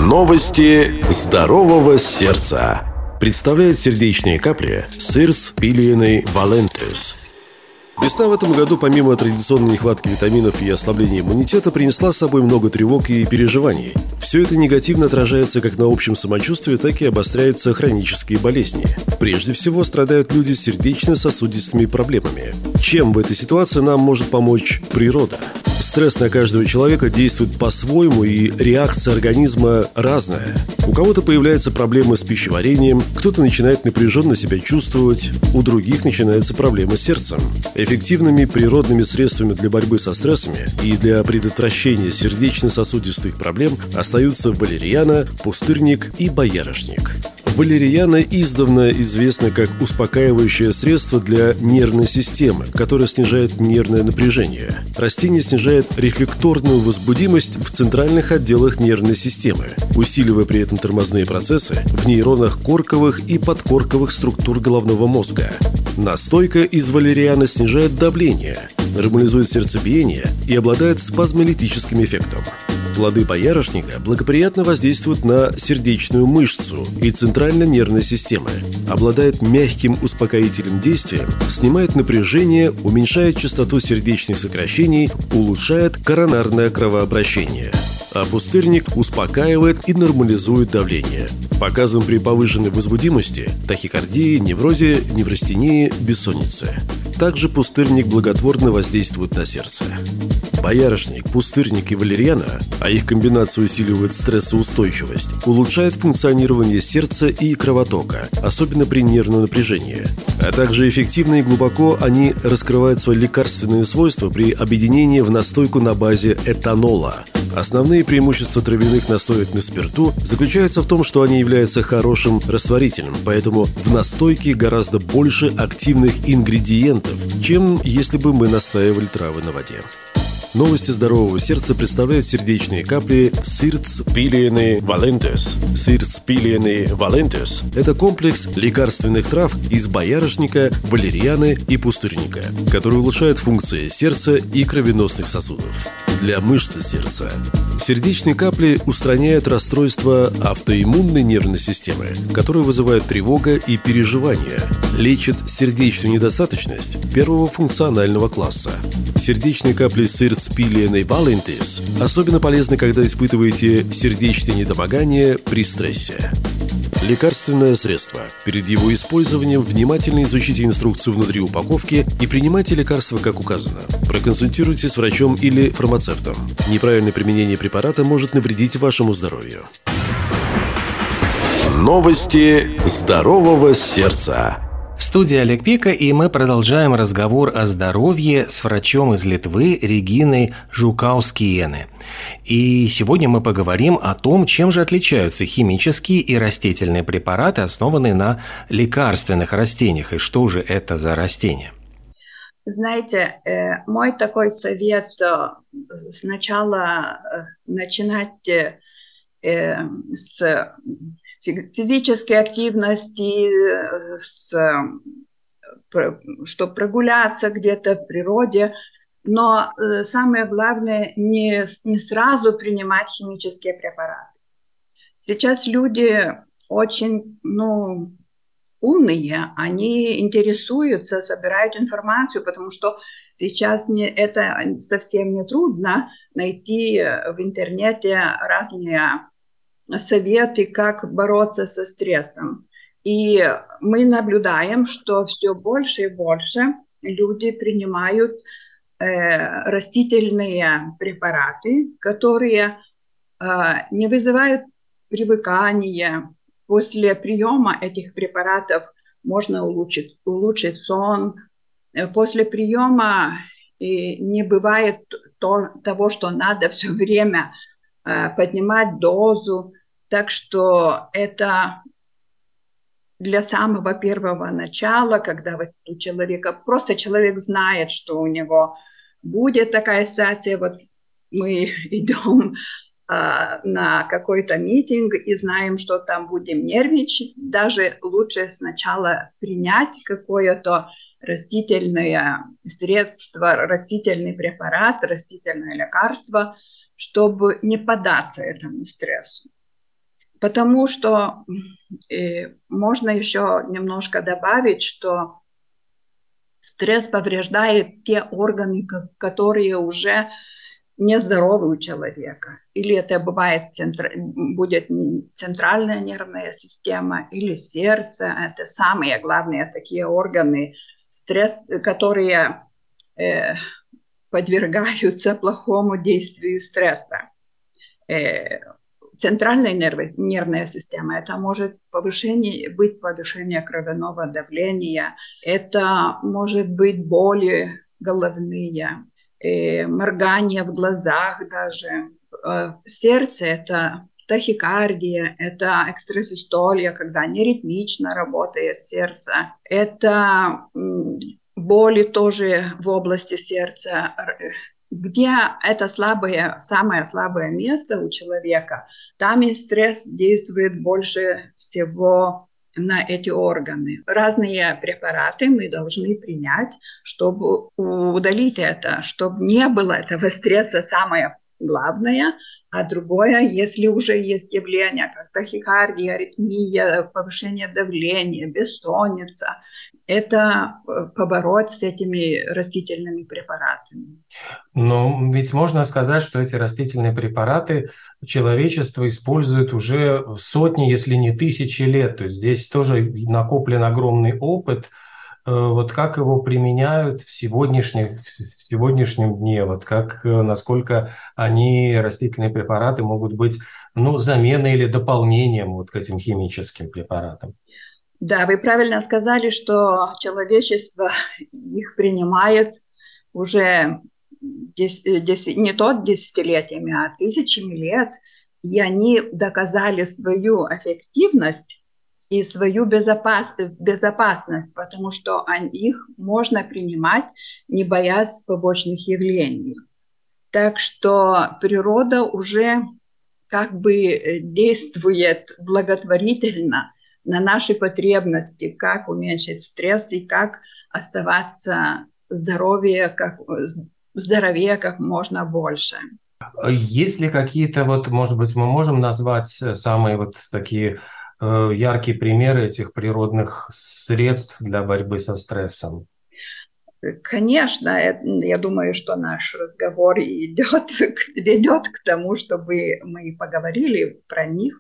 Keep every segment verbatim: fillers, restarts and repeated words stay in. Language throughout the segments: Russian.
Новости здорового сердца. Представляет сердечные капли Sirds Pilienai Valentis. Весна в этом году, помимо традиционной нехватки витаминов и ослабления иммунитета, принесла с собой много тревог и переживаний. Все это негативно отражается как на общем самочувствии, так и обостряются хронические болезни. Прежде всего страдают люди с сердечно-сосудистыми проблемами. Чем в этой ситуации нам может помочь природа? Стресс на каждого человека действует по-своему, и реакция организма разная. У кого-то появляются проблемы с пищеварением, кто-то начинает напряженно себя чувствовать, у других начинаются проблемы с сердцем. Эффективными природными средствами для борьбы со стрессами и для предотвращения сердечно-сосудистых проблем остаются валериана, пустырник и боярышник. Валериана издавна известна как успокаивающее средство для нервной системы, которое снижает нервное напряжение. Растение снижает рефлекторную возбудимость в центральных отделах нервной системы, усиливая при этом тормозные процессы в нейронах корковых и подкорковых структур головного мозга. Настойка из валерианы снижает давление, нормализует сердцебиение и обладает спазмолитическим эффектом. Плоды боярышника благоприятно воздействуют на сердечную мышцу и центральной нервной системы, обладает мягким успокоительным действием, снимает напряжение, уменьшает частоту сердечных сокращений, улучшает коронарное кровообращение. А пустырник успокаивает и нормализует давление. Показан при повышенной возбудимости, тахикардии, неврозе, неврастении, бессоннице. Также пустырник благотворно воздействует на сердце. Боярышник, пустырник и валериана, а их комбинация усиливает стрессоустойчивость, улучшает функционирование сердца и кровотока, особенно при нервном напряжении. А также эффективно и глубоко они раскрывают свои лекарственные свойства при объединении в настойку на базе этанола. Основные преимущества травяных настоек на спирту заключаются в том, что они являются хорошим растворителем, поэтому в настойке гораздо больше активных ингредиентов, чем если бы мы настаивали травы на воде. Новости здорового сердца представляют сердечные капли Sirds Pilienai Valentis. Sirds Pilienai Valentis – это комплекс лекарственных трав из боярышника, валерианы и пустырника, которые улучшают функции сердца и кровеносных сосудов. Для мышц сердца сердечные капли устраняют расстройства автоиммунной нервной системы, которые вызывают тревога и переживания, лечат сердечную недостаточность первого функционального класса. Сердечные капли Sirds Pilienai Valentis особенно полезны, когда испытываете сердечное недомогание при стрессе. Лекарственное средство. Перед его использованием внимательно изучите инструкцию внутри упаковки и принимайте лекарства, как указано. Проконсультируйтесь с врачом или фармацевтом. Неправильное применение препарата может навредить вашему здоровью. Новости здорового сердца. В студии Олег Пека, и мы продолжаем разговор о здоровье с врачом из Литвы Региной Жукаускиене. И сегодня мы поговорим о том, чем же отличаются химические и растительные препараты, основанные на лекарственных растениях, и что же это за растения. Знаете, мой такой совет сначала начинать с физической активности, с, чтобы прогуляться где-то в природе, но самое главное не, не сразу принимать химические препараты. Сейчас люди очень, ну, умные, они интересуются, собирают информацию, потому что сейчас не, это совсем не трудно найти в интернете разные советы, как бороться со стрессом. И мы наблюдаем, что все больше и больше люди принимают э, растительные препараты, которые э, не вызывают привыкания. После приема этих препаратов можно улучшить, улучшить сон. После приема и не бывает то, того, что надо все время э, поднимать дозу. Так что это для самого первого начала, когда вот у человека, просто человек знает, что у него будет такая ситуация, вот мы идем а, на какой-то митинг и знаем, что там будем нервничать, даже лучше сначала принять какое-то растительное средство, растительный препарат, растительное лекарство, чтобы не поддаться этому стрессу. потому что э, можно еще немножко добавить, что стресс повреждает те органы, которые уже нездоровы у человека. Или это бывает центр... будет центральная нервная система, или сердце. Это самые главные такие органы, стресс, которые э, подвергаются плохому действию стресса. Э, центральная нерв... нервная система, это может повышение, быть повышение кровяного давления, это может быть боли головные, моргание в глазах даже. Сердце – это тахикардия, это экстрасистолия, когда неритмично работает сердце. Это боли тоже в области сердца. Где это слабое, самое слабое место у человека, там и стресс действует больше всего на эти органы. Разные препараты мы должны принять, чтобы удалить это, чтобы не было этого стресса самое главное, а другое, если уже есть явления, как тахикардия, аритмия, повышение давления, бессонница, это побороть с этими растительными препаратами. Но ведь можно сказать, что эти растительные препараты человечество использует уже сотни, если не тысячи лет. То есть здесь тоже накоплен огромный опыт. Вот как его применяют в сегодняшнем, в сегодняшнем дне? Вот как, насколько они, растительные препараты, могут быть, ну, заменой или дополнением вот к этим химическим препаратам? Да, вы правильно сказали, что человечество их принимает уже не то десятилетиями, а тысячами лет, и они доказали свою эффективность и свою безопас, безопасность, потому что их можно принимать, не боясь побочных явлений. Так что природа уже как бы действует благотворительно на наши потребности, как уменьшить стресс и как оставаться здоровее, как, здоровее как можно больше. Есть ли какие-то, вот, может быть, мы можем назвать самые вот такие э, яркие примеры этих природных средств для борьбы со стрессом? Конечно, я думаю, что наш разговор идет, ведет к тому, чтобы мы поговорили про них.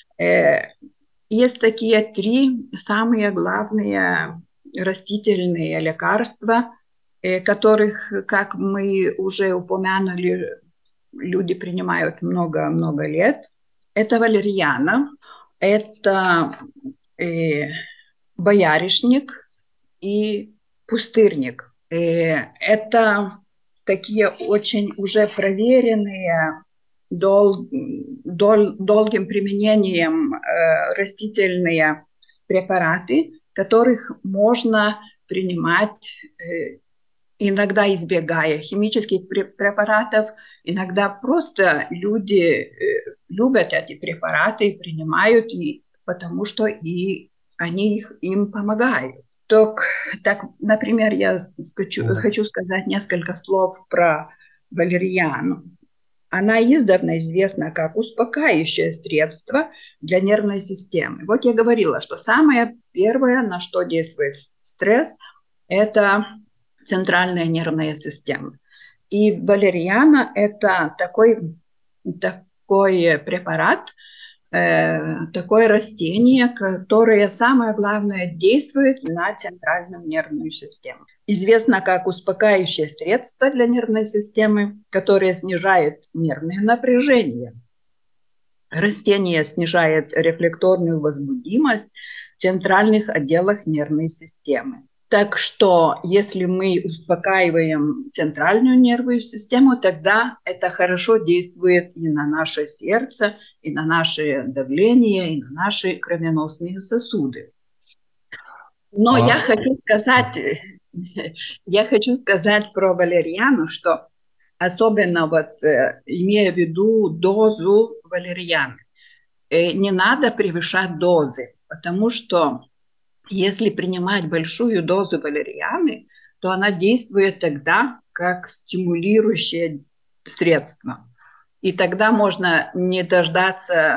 Есть такие три самые главные растительные лекарства, которых, как мы уже упомянули, люди принимают много-много лет. Это валерьяна, это э, боярышник и пустырник. Э, это такие очень уже проверенные дол, дол, долгим применением э, растительные препараты, которых можно принимать, э, иногда избегая химических препаратов, иногда просто люди э, любят эти препараты и принимают, и, потому что и они их, им помогают. Так, так, например, я хочу, хочу сказать несколько слов про валерьяну. Она издавна известна как успокаивающее средство для нервной системы. Вот я говорила, что самое первое, на что действует стресс, это центральная нервная система. И валерьяна – это такой, такой препарат, э, такое растение, которое, самое главное, действует на центральную нервную систему. Известно как успокаивающее средство для нервной системы, которое снижает нервное напряжение. Растение снижает рефлекторную возбудимость в центральных отделах нервной системы. Так что, если мы успокаиваем центральную нервную систему, тогда это хорошо действует и на наше сердце, и на наше давление, и на наши кровеносные сосуды. Но а... я хочу сказать, я хочу сказать про валерьяну, что особенно вот имея в виду дозу валерьяны, не надо превышать дозы, потому что если принимать большую дозу валерьяны, то она действует тогда как стимулирующее средство. И тогда можно не дождаться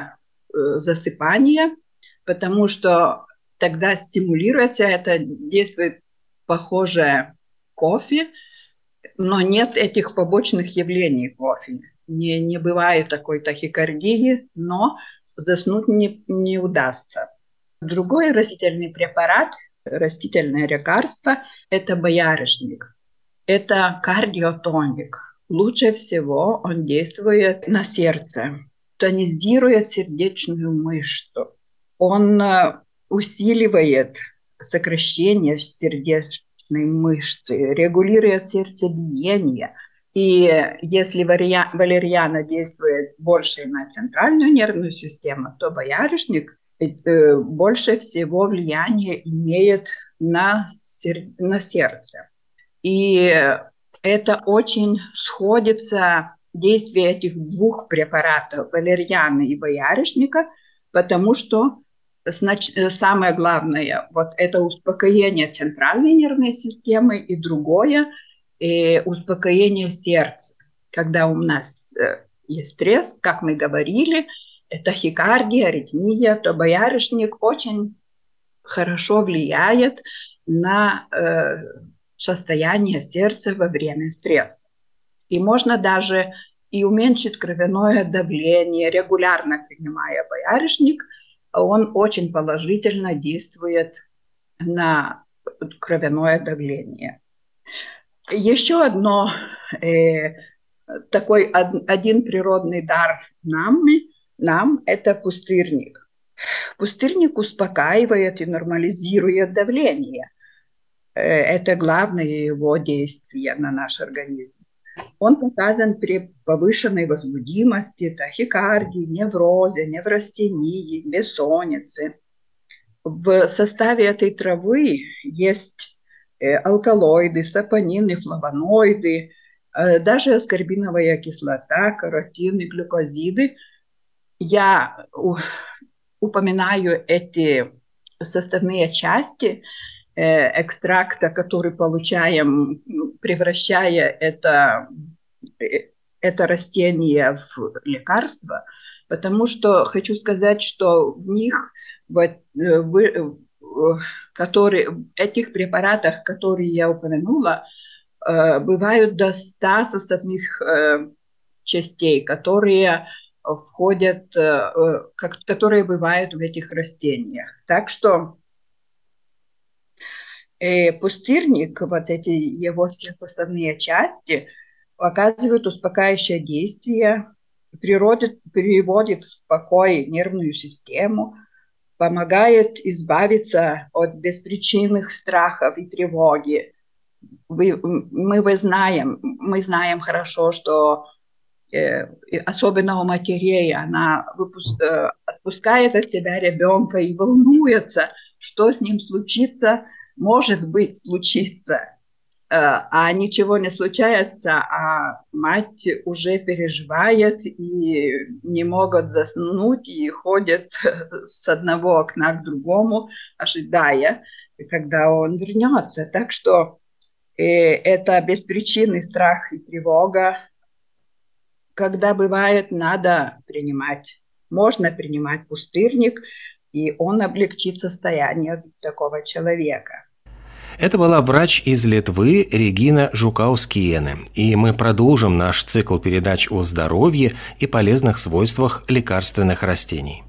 засыпания, потому что тогда стимулируется, это действует похоже кофе, но нет этих побочных явлений кофе. Не, не бывает такой тахикардии, но заснуть не, не удастся. Другой растительный препарат, растительное лекарство, это боярышник. Это кардиотоник. Лучше всего он действует на сердце, тонизирует сердечную мышцу. Он усиливает сокращение сердечной мышцы, регулирует сердцебиение. И если валериана действует больше на центральную нервную систему, то боярышник больше всего влияния имеет на, сер- на сердце. И это очень сходится действие этих двух препаратов, валерианы и боярышника, потому что Значит, самое главное, вот это успокоение центральной нервной системы, и другое и успокоение сердца. Когда у нас есть стресс, как мы говорили, тахикардия, аритмия, то боярышник очень хорошо влияет на э, состояние сердца во время стресса. И можно даже и уменьшить кровяное давление, регулярно принимая боярышник. Он очень положительно действует на кровяное давление. Еще одно, э, такой од, один природный дар нам, нам – это пустырник. Пустырник успокаивает и нормализирует давление. Э, это главное его действие на наш организм. Он показан при повышенной возбудимости, тахикардии, неврозе, неврастении, бессоннице. В составе этой травы есть алкалоиды, сапонины, флавоноиды, даже аскорбиновая кислота, каротины, глюкозиды. Я упоминаю эти составные части экстракта, который получаем, превращая это, это растение в лекарство, потому что хочу сказать, что в них, в, в, которые, этих препаратах, которые я упомянула, бывают до ста составных частей, которые входят, которые бывают в этих растениях. Так что пустырник, вот эти его все составные части, оказывают успокаивающее действие, приводит, приводит в покой нервную систему, помогает избавиться от беспричинных страхов и тревоги. Вы, мы, вы знаем, мы знаем хорошо, что э, особенно у матерей она выпуск, э, отпускает от себя ребенка и волнуется, что с ним случится. Может быть, случится, а ничего не случается, а мать уже переживает и не могут заснуть, и ходят с одного окна к другому, ожидая, когда он вернется. Так что это беспричинный страх и тревога. Когда бывает, надо принимать, можно принимать пустырник, и он облегчит состояние такого человека. Это была врач из Литвы Регина Жукаускиене, и мы продолжим наш цикл передач о здоровье и полезных свойствах лекарственных растений.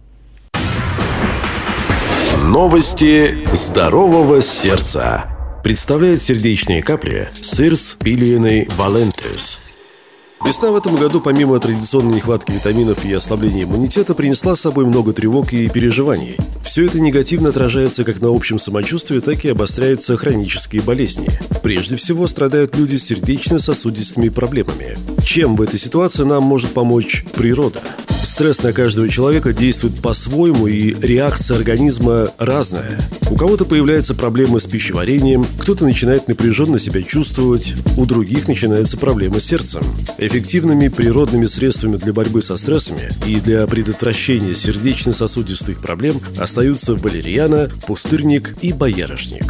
Новости здорового сердца. Представляет сердечные капли Сирц Пилиены Валентис. Весна в этом году, помимо традиционной нехватки витаминов и ослабления иммунитета, принесла с собой много тревог и переживаний. Все это негативно отражается как на общем самочувствии, так и обостряются хронические болезни. Прежде всего страдают люди с сердечно-сосудистыми проблемами. Чем в этой ситуации нам может помочь природа? Стресс на каждого человека действует по-своему, и реакция организма разная. У кого-то появляются проблемы с пищеварением, кто-то начинает напряженно себя чувствовать, у других начинаются проблемы с сердцем. Эффективными природными средствами для борьбы со стрессами и для предотвращения сердечно-сосудистых проблем остаются валериана, пустырник и боярышник.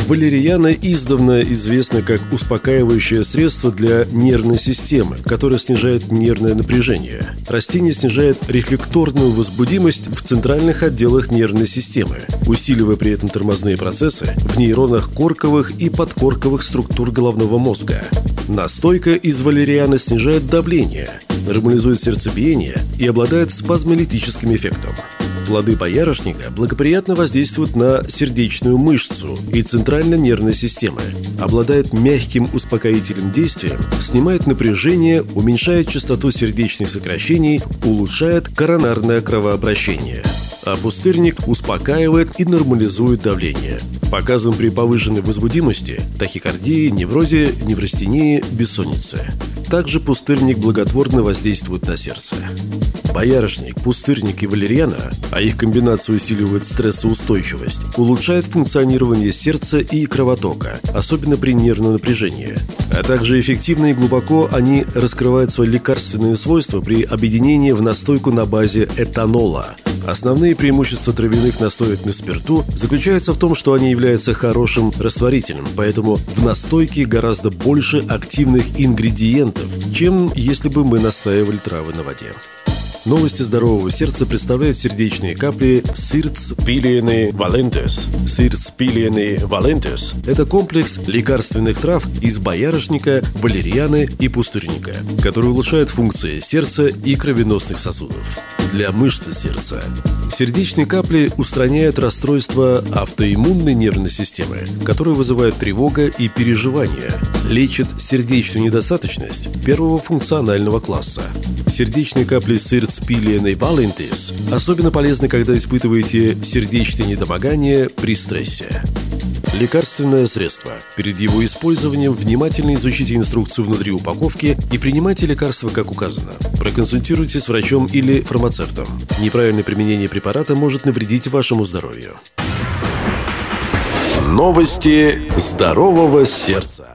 Валериана издавна известна как успокаивающее средство для нервной системы, которое снижает нервное напряжение. Растение снижает рефлекторную возбудимость в центральных отделах нервной системы, усиливая при этом тормозные процессы в нейронах корковых и подкорковых структур головного мозга. Настойка из валерианы снижает давление, нормализует сердцебиение и обладает спазмолитическим эффектом. Плоды боярышника благоприятно воздействуют на сердечную мышцу и центральной нервной системы, обладает мягким успокоительным действием, снимает напряжение, уменьшает частоту сердечных сокращений, улучшает коронарное кровообращение. А пустырник успокаивает и нормализует давление. Показан при повышенной возбудимости, тахикардии, неврозе, неврастении, бессоннице. Также пустырник благотворно воздействует на сердце. Боярышник, пустырник и валериана, а их комбинация усиливает стрессоустойчивость, улучшает функционирование сердца и кровотока, особенно при нервном напряжении. А также эффективно и глубоко они раскрывают свои лекарственные свойства при объединении в настойку на базе этанола. Основные преимущества травяных настоек на спирту заключаются в том, что они являются хорошим растворителем, поэтому в настойке гораздо больше активных ингредиентов, чем если бы мы настаивали травы на воде. Новости здорового сердца представляют сердечные капли Sirts Pileae Valentes. Sirts Pileae Valentes – это комплекс лекарственных трав из боярышника, валерианы и пустырника, который улучшает функции сердца и кровеносных сосудов. Для мышц сердца сердечные капли устраняют расстройства автоиммунной нервной системы, которые вызывают тревога и переживания, лечат сердечную недостаточность первого функционального класса. Сердечные капли Sirts Pileae Valentes особенно полезны, когда испытываете сердечное недомогание при стрессе. Лекарственное средство. Перед его использованием внимательно изучите инструкцию внутри упаковки и принимайте лекарства, как указано. Проконсультируйтесь с врачом или фармацевтом. Неправильное применение препарата может навредить вашему здоровью. Новости здорового сердца.